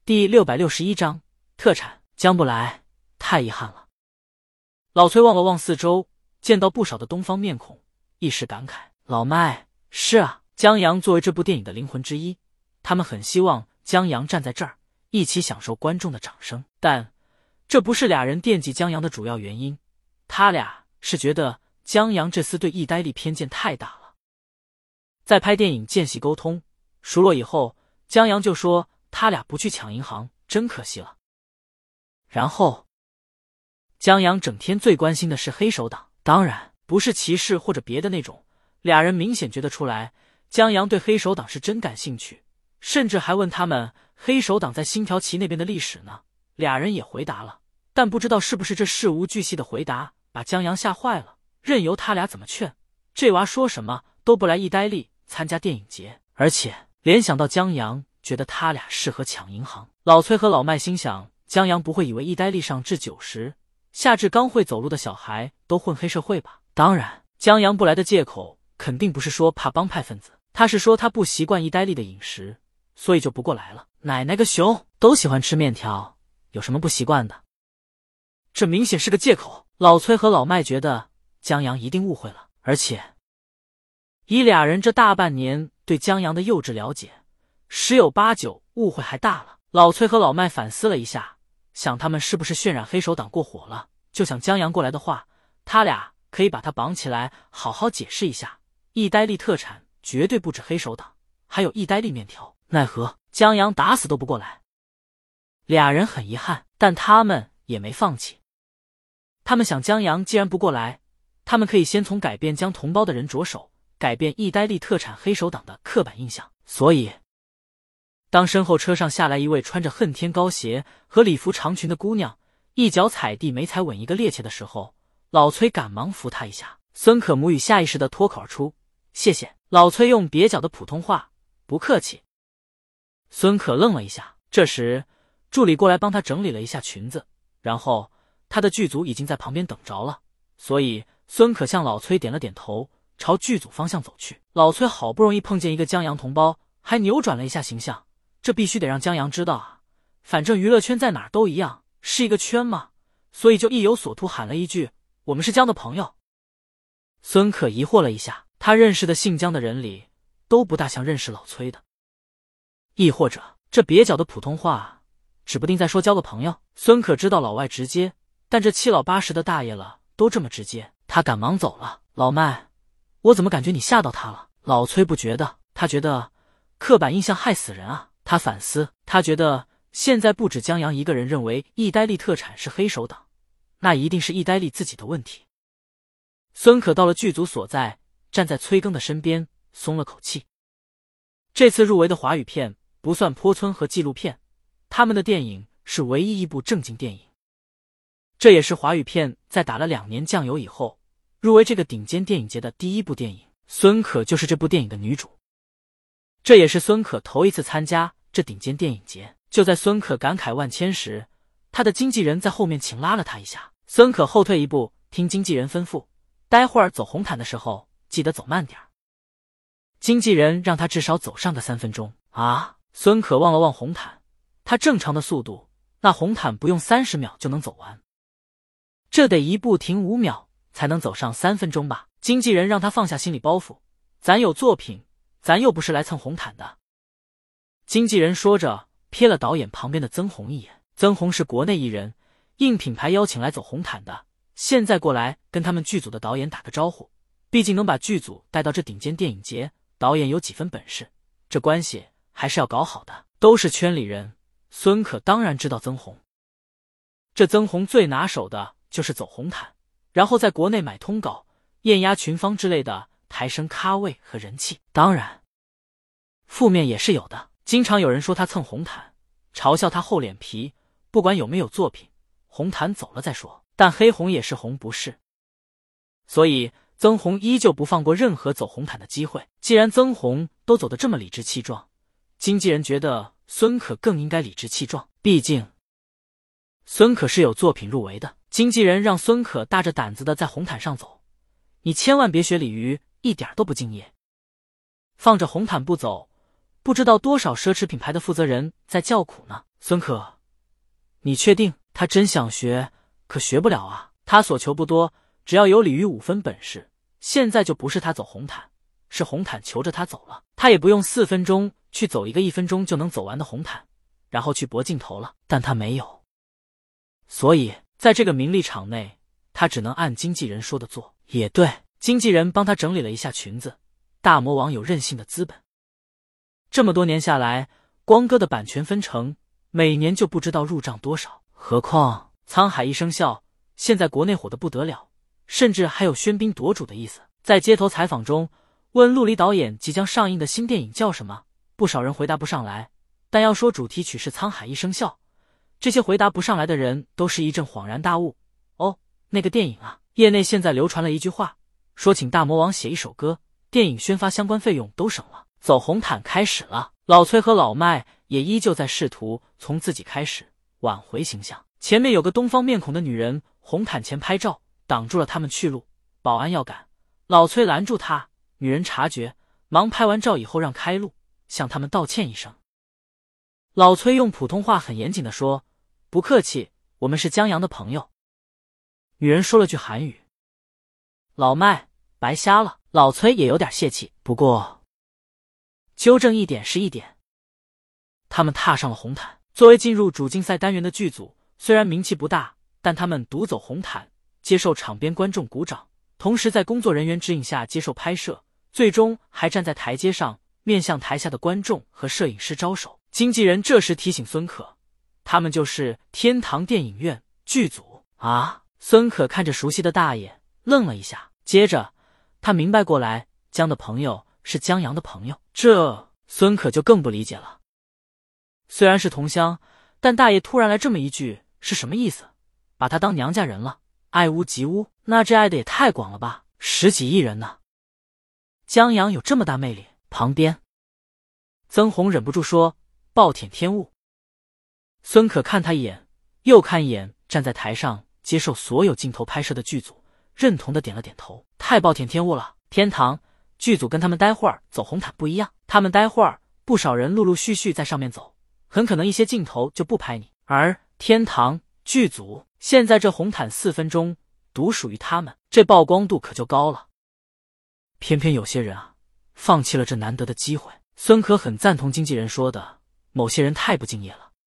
第661章特产将不来，太遗憾了。老崔望了望四周，见到不少的东方面孔，一时感慨：老麦，是啊，江阳作为这部电影的灵魂之一，他们很希望江阳站在这儿，一起享受观众的掌声。但这不是俩人惦记江阳的主要原因，他俩是觉得江阳这厮对意呆力偏见太大了。在拍电影间隙沟通熟络以后，江阳就说他俩不去抢银行真可惜了。然后江阳整天最关心的是黑手党，当然不是歧视或者别的那种，俩人明显觉得出来江阳对黑手党是真感兴趣，甚至还问他们黑手党在星条旗那边的历史呢。俩人也回答了，但不知道是不是这事无巨细的回答把江阳吓坏了，任由他俩怎么劝，这娃说什么都不来意呆力参加电影节，而且联想到江阳觉得他俩适合抢银行。老崔和老麦心想，江阳不会以为意呆力上至90下至刚会走路的小孩都混黑社会吧？当然江阳不来的借口肯定不是说怕帮派分子，他是说他不习惯意呆力的饮食，所以就不过来了。奶奶个熊，都喜欢吃面条，有什么不习惯的？这明显是个借口。老崔和老麦觉得江阳一定误会了，而且以俩人这大半年对江阳的幼稚了解，10有8九误会还大了。老崔和老麦反思了一下，想他们是不是渲染黑手党过火了，就想江阳过来的话，他俩可以把他绑起来好好解释一下，意呆力特产绝对不止黑手党，还有意呆力面条。奈何江阳打死都不过来，俩人很遗憾，但他们也没放弃。他们想江阳既然不过来，他们可以先从改变将同胞的人着手，改变意呆力特产黑手党的刻板印象。所以当身后车上下来一位穿着恨天高鞋和礼服长裙的姑娘，一脚踩地没踩稳一个趔趄的时候，老崔赶忙扶她一下。孙可母语下意识地脱口而出：谢谢。老崔用蹩脚的普通话：不客气。孙可愣了一下，这时助理过来帮他整理了一下裙子，然后他的剧组已经在旁边等着了，所以孙可向老崔点了点头，朝剧组方向走去。老崔好不容易碰见一个江阳同胞，还扭转了一下形象，这必须得让江阳知道啊，反正娱乐圈在哪儿都一样，是一个圈嘛，所以就意有所图喊了一句：我们是江的朋友。孙可疑惑了一下，他认识的姓江的人里都不大像认识老崔的，亦或者这蹩脚的普通话指不定在说交个朋友。孙可知道老外直接，但这七老八十的大爷了都这么直接，他赶忙走了。老麦，我怎么感觉你吓到他了？老崔不觉得，他觉得刻板印象害死人啊。他反思，他觉得现在不止江阳一个人认为意呆力特产是黑手党，那一定是意呆力自己的问题。孙可到了剧组所在，站在崔更的身边，松了口气。这次入围的华语片不算坡村和纪录片，他们的电影是唯一一部正经电影。这也是华语片在打了2年酱油以后，入围这个顶尖电影节的第一部电影。孙可就是这部电影的女主，这也是孙可头一次参加这顶尖电影节。就在孙可感慨万千时，他的经纪人在后面请拉了他一下。孙可后退一步，听经纪人吩咐，待会儿走红毯的时候记得走慢点。经纪人让他至少走上个3分钟啊！孙可望了望红毯，他正常的速度，那红毯不用30秒就能走完，这得一步停5秒才能走上3分钟吧。经纪人让他放下心理包袱，咱有作品，咱又不是来蹭红毯的。经纪人说着瞥了导演旁边的曾红一眼，曾红是国内艺人，应品牌邀请来走红毯的，现在过来跟他们剧组的导演打个招呼，毕竟能把剧组带到这顶尖电影节，导演有几分本事，这关系还是要搞好的，都是圈里人。孙可当然知道曾红，这曾红最拿手的就是走红毯，然后在国内买通稿、艳压群芳之类的，抬升咖位和人气。当然负面也是有的，经常有人说他蹭红毯，嘲笑他厚脸皮，不管有没有作品，红毯走了再说。但黑红也是红不是，所以曾红依旧不放过任何走红毯的机会。既然曾红都走得这么理直气壮，经纪人觉得孙可更应该理直气壮，毕竟孙可是有作品入围的。经纪人让孙可大着胆子的在红毯上走，你千万别学鲤鱼，一点都不敬业。放着红毯不走，不知道多少奢侈品牌的负责人在叫苦呢。 孙可，你确定？他真想学，可学不了啊。他所求不多，只要有李煜5分本事，现在就不是他走红毯，是红毯求着他走了。他也不用4分钟去走一个1分钟就能走完的红毯，然后去搏镜头了。但他没有，所以在这个名利场内，他只能按经纪人说的做。也对，经纪人帮他整理了一下裙子。大魔王有任性的资本，这么多年下来，光哥的版权分成每年就不知道入账多少。何况沧海一声笑现在国内火得不得了，甚至还有喧宾夺主的意思。在街头采访中问陆离导演即将上映的新电影叫什么，不少人回答不上来，但要说主题曲是沧海一声笑，这些回答不上来的人都是一阵恍然大悟。哦，那个电影啊。业内现在流传了一句话，说请大魔王写一首歌，电影宣发相关费用都省了。走红毯开始了，老崔和老麦也依旧在试图从自己开始挽回形象。前面有个东方面孔的女人红毯前拍照，挡住了他们去路，保安要赶，老崔拦住他，女人察觉，忙拍完照以后让开路，向他们道歉一声。老崔用普通话很严谨地说，不客气，我们是江阳的朋友。女人说了句韩语，老麦白瞎了。老崔也有点泄气，不过纠正一点是一点。他们踏上了红毯，作为进入主竞赛单元的剧组，虽然名气不大，但他们独走红毯，接受场边观众鼓掌，同时在工作人员指引下接受拍摄，最终还站在台阶上面向台下的观众和摄影师招手。经纪人这时提醒孙可，他们就是天堂电影院剧组啊。孙可看着熟悉的大爷愣了一下，接着他明白过来，江的朋友是江阳的朋友，这孙可就更不理解了。虽然是同乡，但大爷突然来这么一句是什么意思？把他当娘家人了？爱屋及乌？那这爱的也太广了吧，10几亿人呢。江阳有这么大魅力？旁边曾红忍不住说，暴殄天物。孙可看他一眼，又看一眼站在台上接受所有镜头拍摄的剧组，认同的点了点头。太暴殄天物了，天堂剧组跟他们待会儿走红毯不一样，他们待会儿不少人陆陆续续在上面走，很可能一些镜头就不拍你，而天堂剧组现在这红毯4分钟独属于他们，这曝光度可就高了。偏偏有些人啊，放弃了这难得的机会。孙可很赞同经纪人说的，某些人太不敬业了。